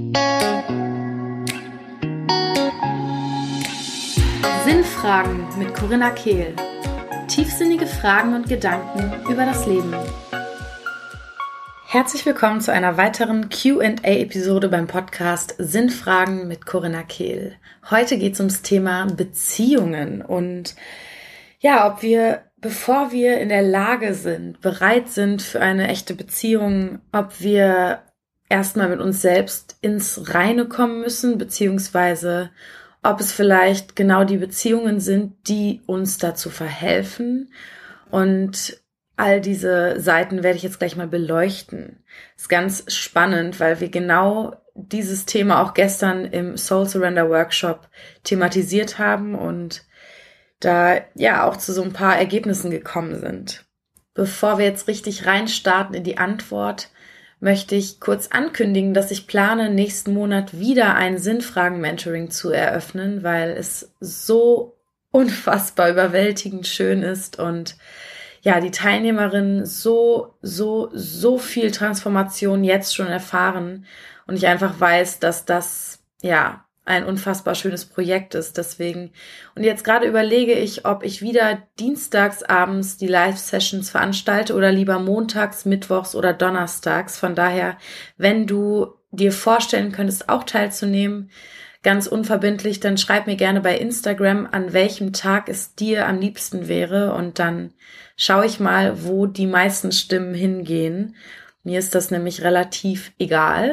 Sinnfragen mit Corinna Kehl. Tiefsinnige Fragen und Gedanken über das Leben. Herzlich willkommen zu einer weiteren Q&A-Episode beim Podcast Sinnfragen mit Corinna Kehl. Heute geht es ums Thema Beziehungen und ja, ob wir, bevor wir in der Lage sind, bereit sind für eine echte Beziehung, ob wir erstmal mit uns selbst ins Reine kommen müssen, beziehungsweise ob es vielleicht genau die Beziehungen sind, die uns dazu verhelfen. Und all diese Seiten werde ich jetzt gleich mal beleuchten. Das ist ganz spannend, weil wir genau dieses Thema auch gestern im Soul Surrender Workshop thematisiert haben und da ja auch zu so ein paar Ergebnissen gekommen sind. Bevor wir jetzt richtig reinstarten in die Antwort, möchte ich kurz ankündigen, dass ich plane, nächsten Monat wieder ein Sinnfragen-Mentoring zu eröffnen, weil es so unfassbar überwältigend schön ist und ja, die Teilnehmerinnen so viel Transformation jetzt schon erfahren und ich einfach weiß, dass das ja ein unfassbar schönes Projekt ist. Deswegen, und jetzt gerade überlege ich, ob ich wieder dienstags abends die Live-Sessions veranstalte oder lieber montags, mittwochs oder donnerstags. Von daher, wenn du dir vorstellen könntest, auch teilzunehmen, ganz unverbindlich, dann schreib mir gerne bei Instagram, an welchem Tag es dir am liebsten wäre und dann schaue ich mal, wo die meisten Stimmen hingehen. Mir ist das nämlich relativ egal.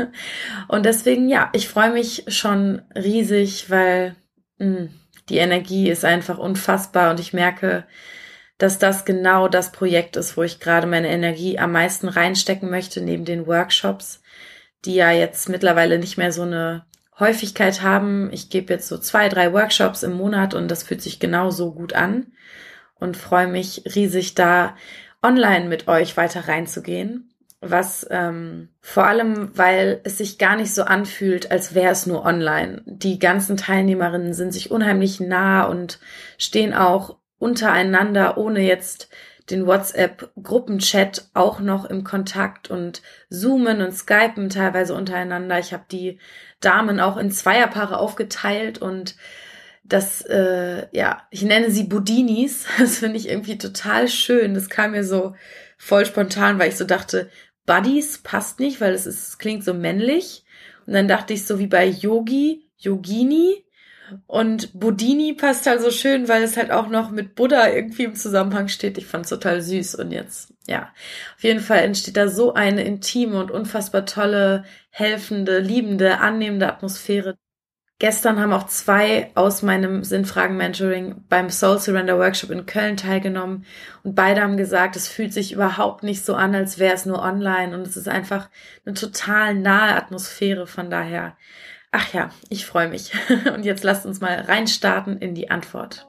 Und deswegen, ja, ich freue mich schon riesig, weil die Energie ist einfach unfassbar und ich merke, dass das genau das Projekt ist, wo ich gerade meine Energie am meisten reinstecken möchte, neben den Workshops, die ja jetzt mittlerweile nicht mehr so eine Häufigkeit haben. Ich gebe jetzt so 2-3 Workshops im Monat und das fühlt sich genauso gut an und freue mich riesig, da online mit euch weiter reinzugehen. Was vor allem, weil es sich gar nicht so anfühlt, als wäre es nur online. Die ganzen Teilnehmerinnen sind sich unheimlich nah und stehen auch untereinander, ohne jetzt den WhatsApp-Gruppenchat auch noch im Kontakt und zoomen und skypen teilweise untereinander. Ich habe die Damen auch in Zweierpaare aufgeteilt und das, ich nenne sie Budinis. Das finde ich irgendwie total schön. Das kam mir so voll spontan, weil ich so dachte, Buddies passt nicht, weil es klingt so männlich. Und dann dachte ich so wie bei Yogi, Yogini. Und Budini passt halt so schön, weil es halt auch noch mit Buddha irgendwie im Zusammenhang steht. Ich fand es total süß. Und jetzt, ja, auf jeden Fall entsteht da so eine intime und unfassbar tolle, helfende, liebende, annehmende Atmosphäre. Gestern haben auch 2 aus meinem Sinnfragen-Mentoring beim Soul Surrender Workshop in Köln teilgenommen und beide haben gesagt, es fühlt sich überhaupt nicht so an, als wäre es nur online und es ist einfach eine total nahe Atmosphäre, von daher, ach ja, ich freue mich. Und jetzt lasst uns mal reinstarten in die Antwort.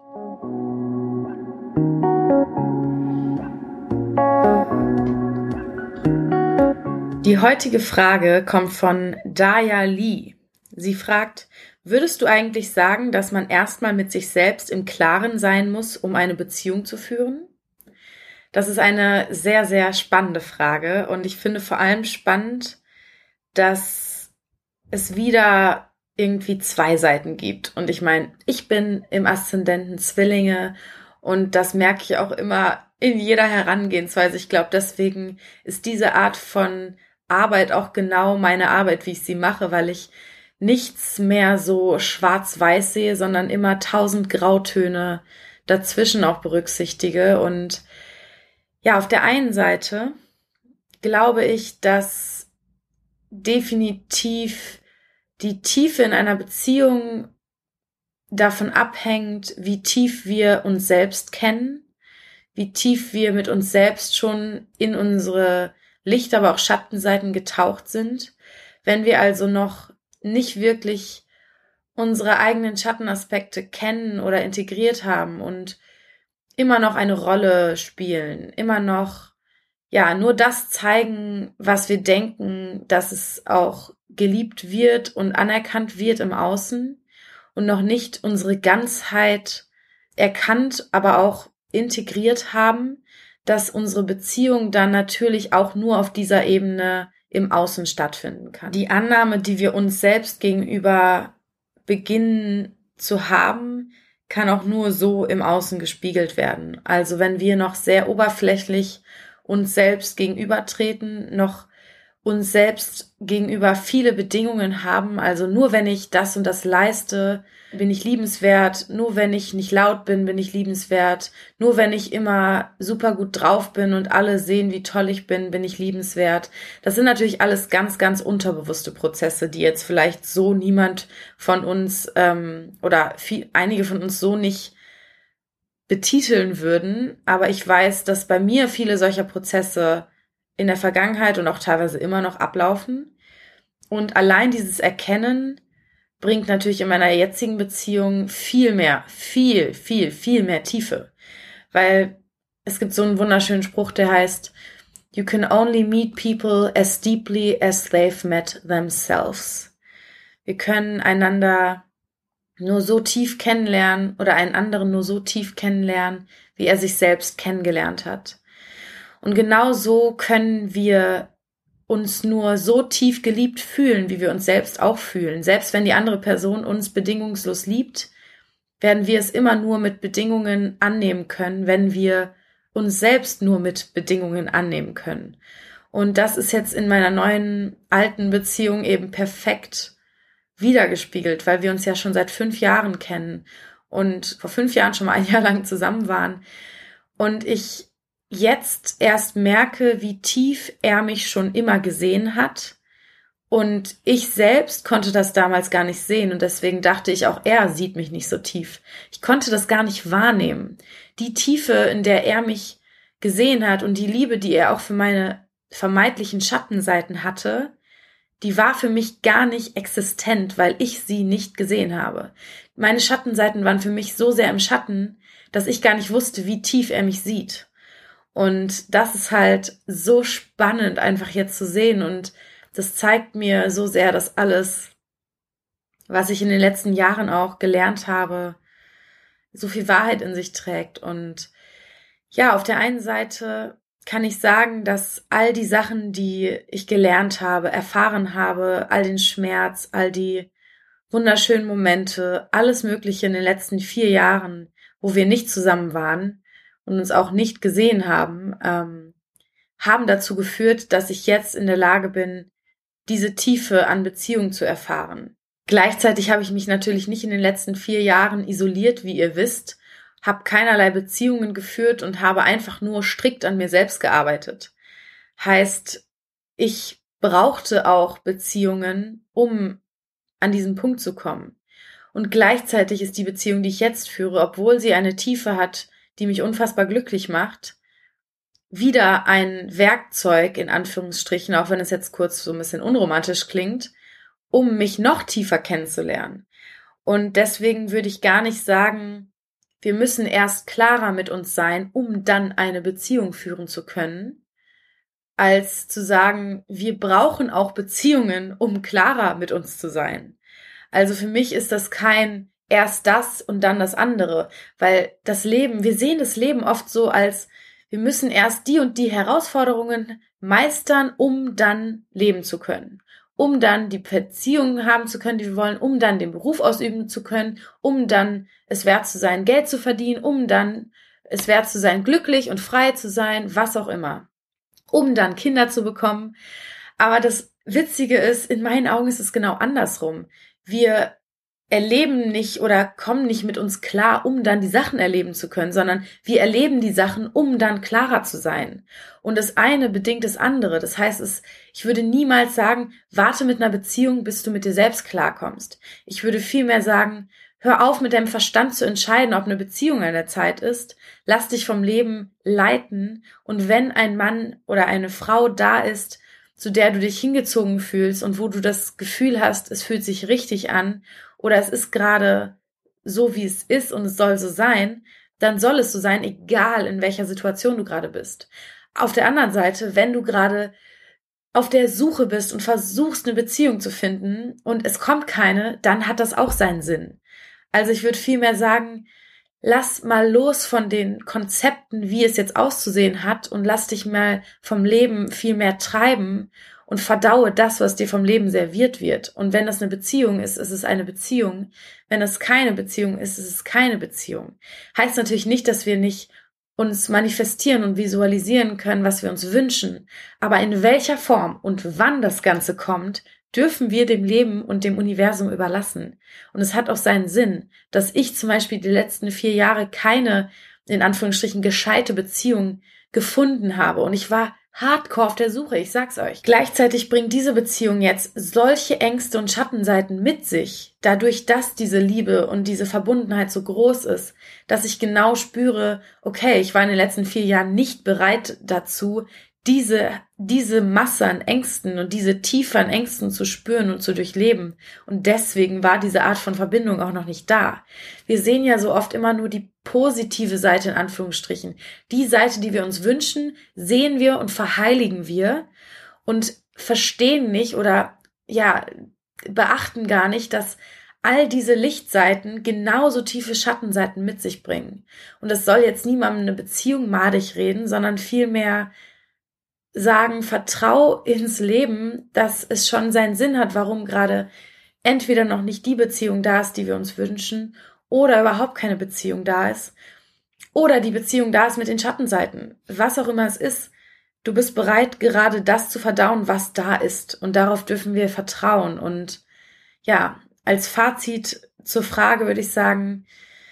Die heutige Frage kommt von Daya Lee. Sie fragt, würdest du eigentlich sagen, dass man erstmal mit sich selbst im Klaren sein muss, um eine Beziehung zu führen? Das ist eine sehr, sehr spannende Frage und ich finde vor allem spannend, dass es wieder irgendwie 2 Seiten gibt. Und ich meine, ich bin im Aszendenten Zwillinge und das merke ich auch immer in jeder Herangehensweise. Ich glaube, deswegen ist diese Art von Arbeit auch genau meine Arbeit, wie ich sie mache, weil ich nichts mehr so schwarz-weiß sehe, sondern immer 1000 Grautöne dazwischen auch berücksichtige. Und ja, auf der einen Seite glaube ich, dass definitiv die Tiefe in einer Beziehung davon abhängt, wie tief wir uns selbst kennen, wie tief wir mit uns selbst schon in unsere Licht-, aber auch Schattenseiten getaucht sind. Wenn wir also noch nicht wirklich unsere eigenen Schattenaspekte kennen oder integriert haben und immer noch eine Rolle spielen, immer noch, ja, nur das zeigen, was wir denken, dass es auch geliebt wird und anerkannt wird im Außen und noch nicht unsere Ganzheit erkannt, aber auch integriert haben, dass unsere Beziehung dann natürlich auch nur auf dieser Ebene im Außen stattfinden kann. Die Annahme, die wir uns selbst gegenüber beginnen zu haben, kann auch nur so im Außen gespiegelt werden. Also wenn wir noch sehr oberflächlich uns selbst gegenübertreten, noch uns selbst gegenüber viele Bedingungen haben, also nur wenn ich das und das leiste, bin ich liebenswert, nur wenn ich nicht laut bin, bin ich liebenswert, nur wenn ich immer super gut drauf bin und alle sehen, wie toll ich bin, bin ich liebenswert. Das sind natürlich alles ganz, ganz unterbewusste Prozesse, die jetzt vielleicht so niemand von uns einige von uns so nicht betiteln würden, aber ich weiß, dass bei mir viele solcher Prozesse in der Vergangenheit und auch teilweise immer noch ablaufen. Und allein dieses Erkennen bringt natürlich in meiner jetzigen Beziehung viel mehr Tiefe. Weil es gibt so einen wunderschönen Spruch, der heißt, "You can only meet people as deeply as they've met themselves." Wir können einander nur so tief kennenlernen oder einen anderen nur so tief kennenlernen, wie er sich selbst kennengelernt hat. Und genau so können wir uns nur so tief geliebt fühlen, wie wir uns selbst auch fühlen. Selbst wenn die andere Person uns bedingungslos liebt, werden wir es immer nur mit Bedingungen annehmen können, wenn wir uns selbst nur mit Bedingungen annehmen können. Und das ist jetzt in meiner neuen, alten Beziehung eben perfekt wiedergespiegelt, weil wir uns ja schon seit 5 Jahren kennen und vor 5 Jahren schon mal ein Jahr lang zusammen waren. Und ich jetzt erst merke, wie tief er mich schon immer gesehen hat. Und ich selbst konnte das damals gar nicht sehen. Und deswegen dachte ich auch, er sieht mich nicht so tief. Ich konnte das gar nicht wahrnehmen. Die Tiefe, in der er mich gesehen hat und die Liebe, die er auch für meine vermeintlichen Schattenseiten hatte, die war für mich gar nicht existent, weil ich sie nicht gesehen habe. Meine Schattenseiten waren für mich so sehr im Schatten, dass ich gar nicht wusste, wie tief er mich sieht. Und das ist halt so spannend, einfach jetzt zu sehen. Und das zeigt mir so sehr, dass alles, was ich in den letzten Jahren auch gelernt habe, so viel Wahrheit in sich trägt. Und ja, auf der einen Seite kann ich sagen, dass all die Sachen, die ich gelernt habe, erfahren habe, all den Schmerz, all die wunderschönen Momente, alles Mögliche in den letzten 4 Jahren, wo wir nicht zusammen waren, und uns auch nicht gesehen haben, haben dazu geführt, dass ich jetzt in der Lage bin, diese Tiefe an Beziehung zu erfahren. Gleichzeitig habe ich mich natürlich nicht in den letzten 4 Jahren isoliert, wie ihr wisst, habe keinerlei Beziehungen geführt und habe einfach nur strikt an mir selbst gearbeitet. Heißt, ich brauchte auch Beziehungen, um an diesen Punkt zu kommen. Und gleichzeitig ist die Beziehung, die ich jetzt führe, obwohl sie eine Tiefe hat, die mich unfassbar glücklich macht, wieder ein Werkzeug, in Anführungsstrichen, auch wenn es jetzt kurz so ein bisschen unromantisch klingt, um mich noch tiefer kennenzulernen. Und deswegen würde ich gar nicht sagen, wir müssen erst klarer mit uns sein, um dann eine Beziehung führen zu können, als zu sagen, wir brauchen auch Beziehungen, um klarer mit uns zu sein. Also für mich ist das kein erst das und dann das andere, weil das Leben, wir sehen das Leben oft so als, wir müssen erst die und die Herausforderungen meistern, um dann leben zu können, um dann die Beziehungen haben zu können, die wir wollen, um dann den Beruf ausüben zu können, um dann es wert zu sein, Geld zu verdienen, um dann es wert zu sein, glücklich und frei zu sein, was auch immer, um dann Kinder zu bekommen. Aber das Witzige ist, in meinen Augen ist es genau andersrum. Wir erleben nicht oder kommen nicht mit uns klar, um dann die Sachen erleben zu können, sondern wir erleben die Sachen, um dann klarer zu sein. Und das eine bedingt das andere. Das heißt, ich würde niemals sagen, warte mit einer Beziehung, bis du mit dir selbst klarkommst. Ich würde vielmehr sagen, hör auf, mit deinem Verstand zu entscheiden, ob eine Beziehung an der Zeit ist. Lass dich vom Leben leiten. Und wenn ein Mann oder eine Frau da ist, zu der du dich hingezogen fühlst und wo du das Gefühl hast, es fühlt sich richtig an oder es ist gerade so, wie es ist und es soll so sein, dann soll es so sein, egal in welcher Situation du gerade bist. Auf der anderen Seite, wenn du gerade auf der Suche bist und versuchst, eine Beziehung zu finden und es kommt keine, dann hat das auch seinen Sinn. Also ich würde vielmehr sagen, lass mal los von den Konzepten, wie es jetzt auszusehen hat und lass dich mal vom Leben viel mehr treiben und verdaue das, was dir vom Leben serviert wird. Und wenn das eine Beziehung ist, ist es eine Beziehung. Wenn es keine Beziehung ist, ist es keine Beziehung. Heißt natürlich nicht, dass wir nicht uns manifestieren und visualisieren können, was wir uns wünschen. Aber in welcher Form und wann das Ganze kommt, dürfen wir dem Leben und dem Universum überlassen. Und es hat auch seinen Sinn, dass ich zum Beispiel die letzten 4 Jahre keine, in Anführungsstrichen, gescheite Beziehung gefunden habe. Und ich war hardcore auf der Suche, ich sag's euch. Gleichzeitig bringt diese Beziehung jetzt solche Ängste und Schattenseiten mit sich, dadurch, dass diese Liebe und diese Verbundenheit so groß ist, dass ich genau spüre, okay, ich war in den letzten 4 Jahren nicht bereit dazu, diese Masse an Ängsten und diese Tiefe an Ängsten zu spüren und zu durchleben. Und deswegen war diese Art von Verbindung auch noch nicht da. Wir sehen ja so oft immer nur die positive Seite in Anführungsstrichen. Die Seite, die wir uns wünschen, sehen wir und verheiligen wir und verstehen nicht oder beachten gar nicht, dass all diese Lichtseiten genauso tiefe Schattenseiten mit sich bringen. Und das soll jetzt niemandem eine Beziehung madig reden, sondern vielmehr sagen, vertrau ins Leben, dass es schon seinen Sinn hat, warum gerade entweder noch nicht die Beziehung da ist, die wir uns wünschen, oder überhaupt keine Beziehung da ist, oder die Beziehung da ist mit den Schattenseiten. Was auch immer es ist, du bist bereit, gerade das zu verdauen, was da ist. Und darauf dürfen wir vertrauen. Und ja, als Fazit zur Frage würde ich sagen,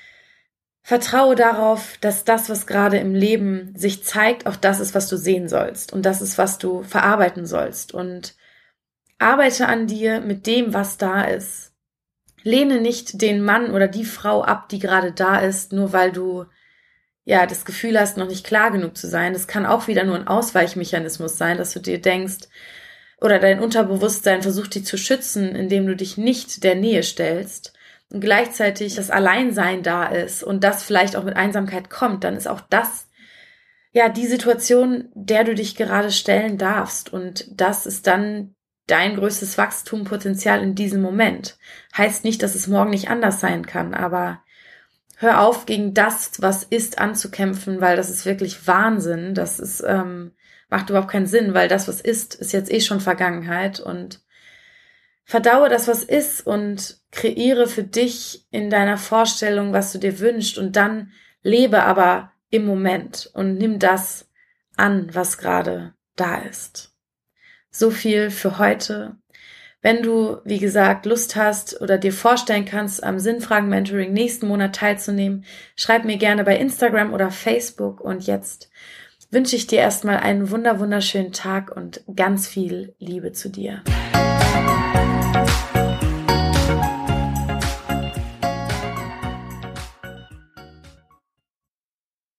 vertraue darauf, dass das, was gerade im Leben sich zeigt, auch das ist, was du sehen sollst. Und das ist, was du verarbeiten sollst. Und arbeite an dir mit dem, was da ist. Lehne nicht den Mann oder die Frau ab, die gerade da ist, nur weil du das Gefühl hast, noch nicht klar genug zu sein. Das kann auch wieder nur ein Ausweichmechanismus sein, dass du dir denkst, oder dein Unterbewusstsein versucht dich zu schützen, indem du dich nicht der Nähe stellst. Und gleichzeitig das Alleinsein da ist und das vielleicht auch mit Einsamkeit kommt, dann ist auch das die Situation, der du dich gerade stellen darfst. Und das ist dann dein größtes Wachstumspotenzial in diesem Moment. Heißt nicht, dass es morgen nicht anders sein kann, aber hör auf, gegen das, was ist, anzukämpfen, weil das ist wirklich Wahnsinn. Das ist macht überhaupt keinen Sinn, weil das, was ist jetzt schon Vergangenheit. Und verdaue das, was ist, und kreiere für dich in deiner Vorstellung, was du dir wünschst, und dann lebe aber im Moment und nimm das an, was gerade da ist. So viel für heute. Wenn du, wie gesagt, Lust hast oder dir vorstellen kannst, am Sinnfragen-Mentoring nächsten Monat teilzunehmen, schreib mir gerne bei Instagram oder Facebook. Und jetzt wünsche ich dir erstmal einen wunderschönen Tag und ganz viel Liebe zu dir.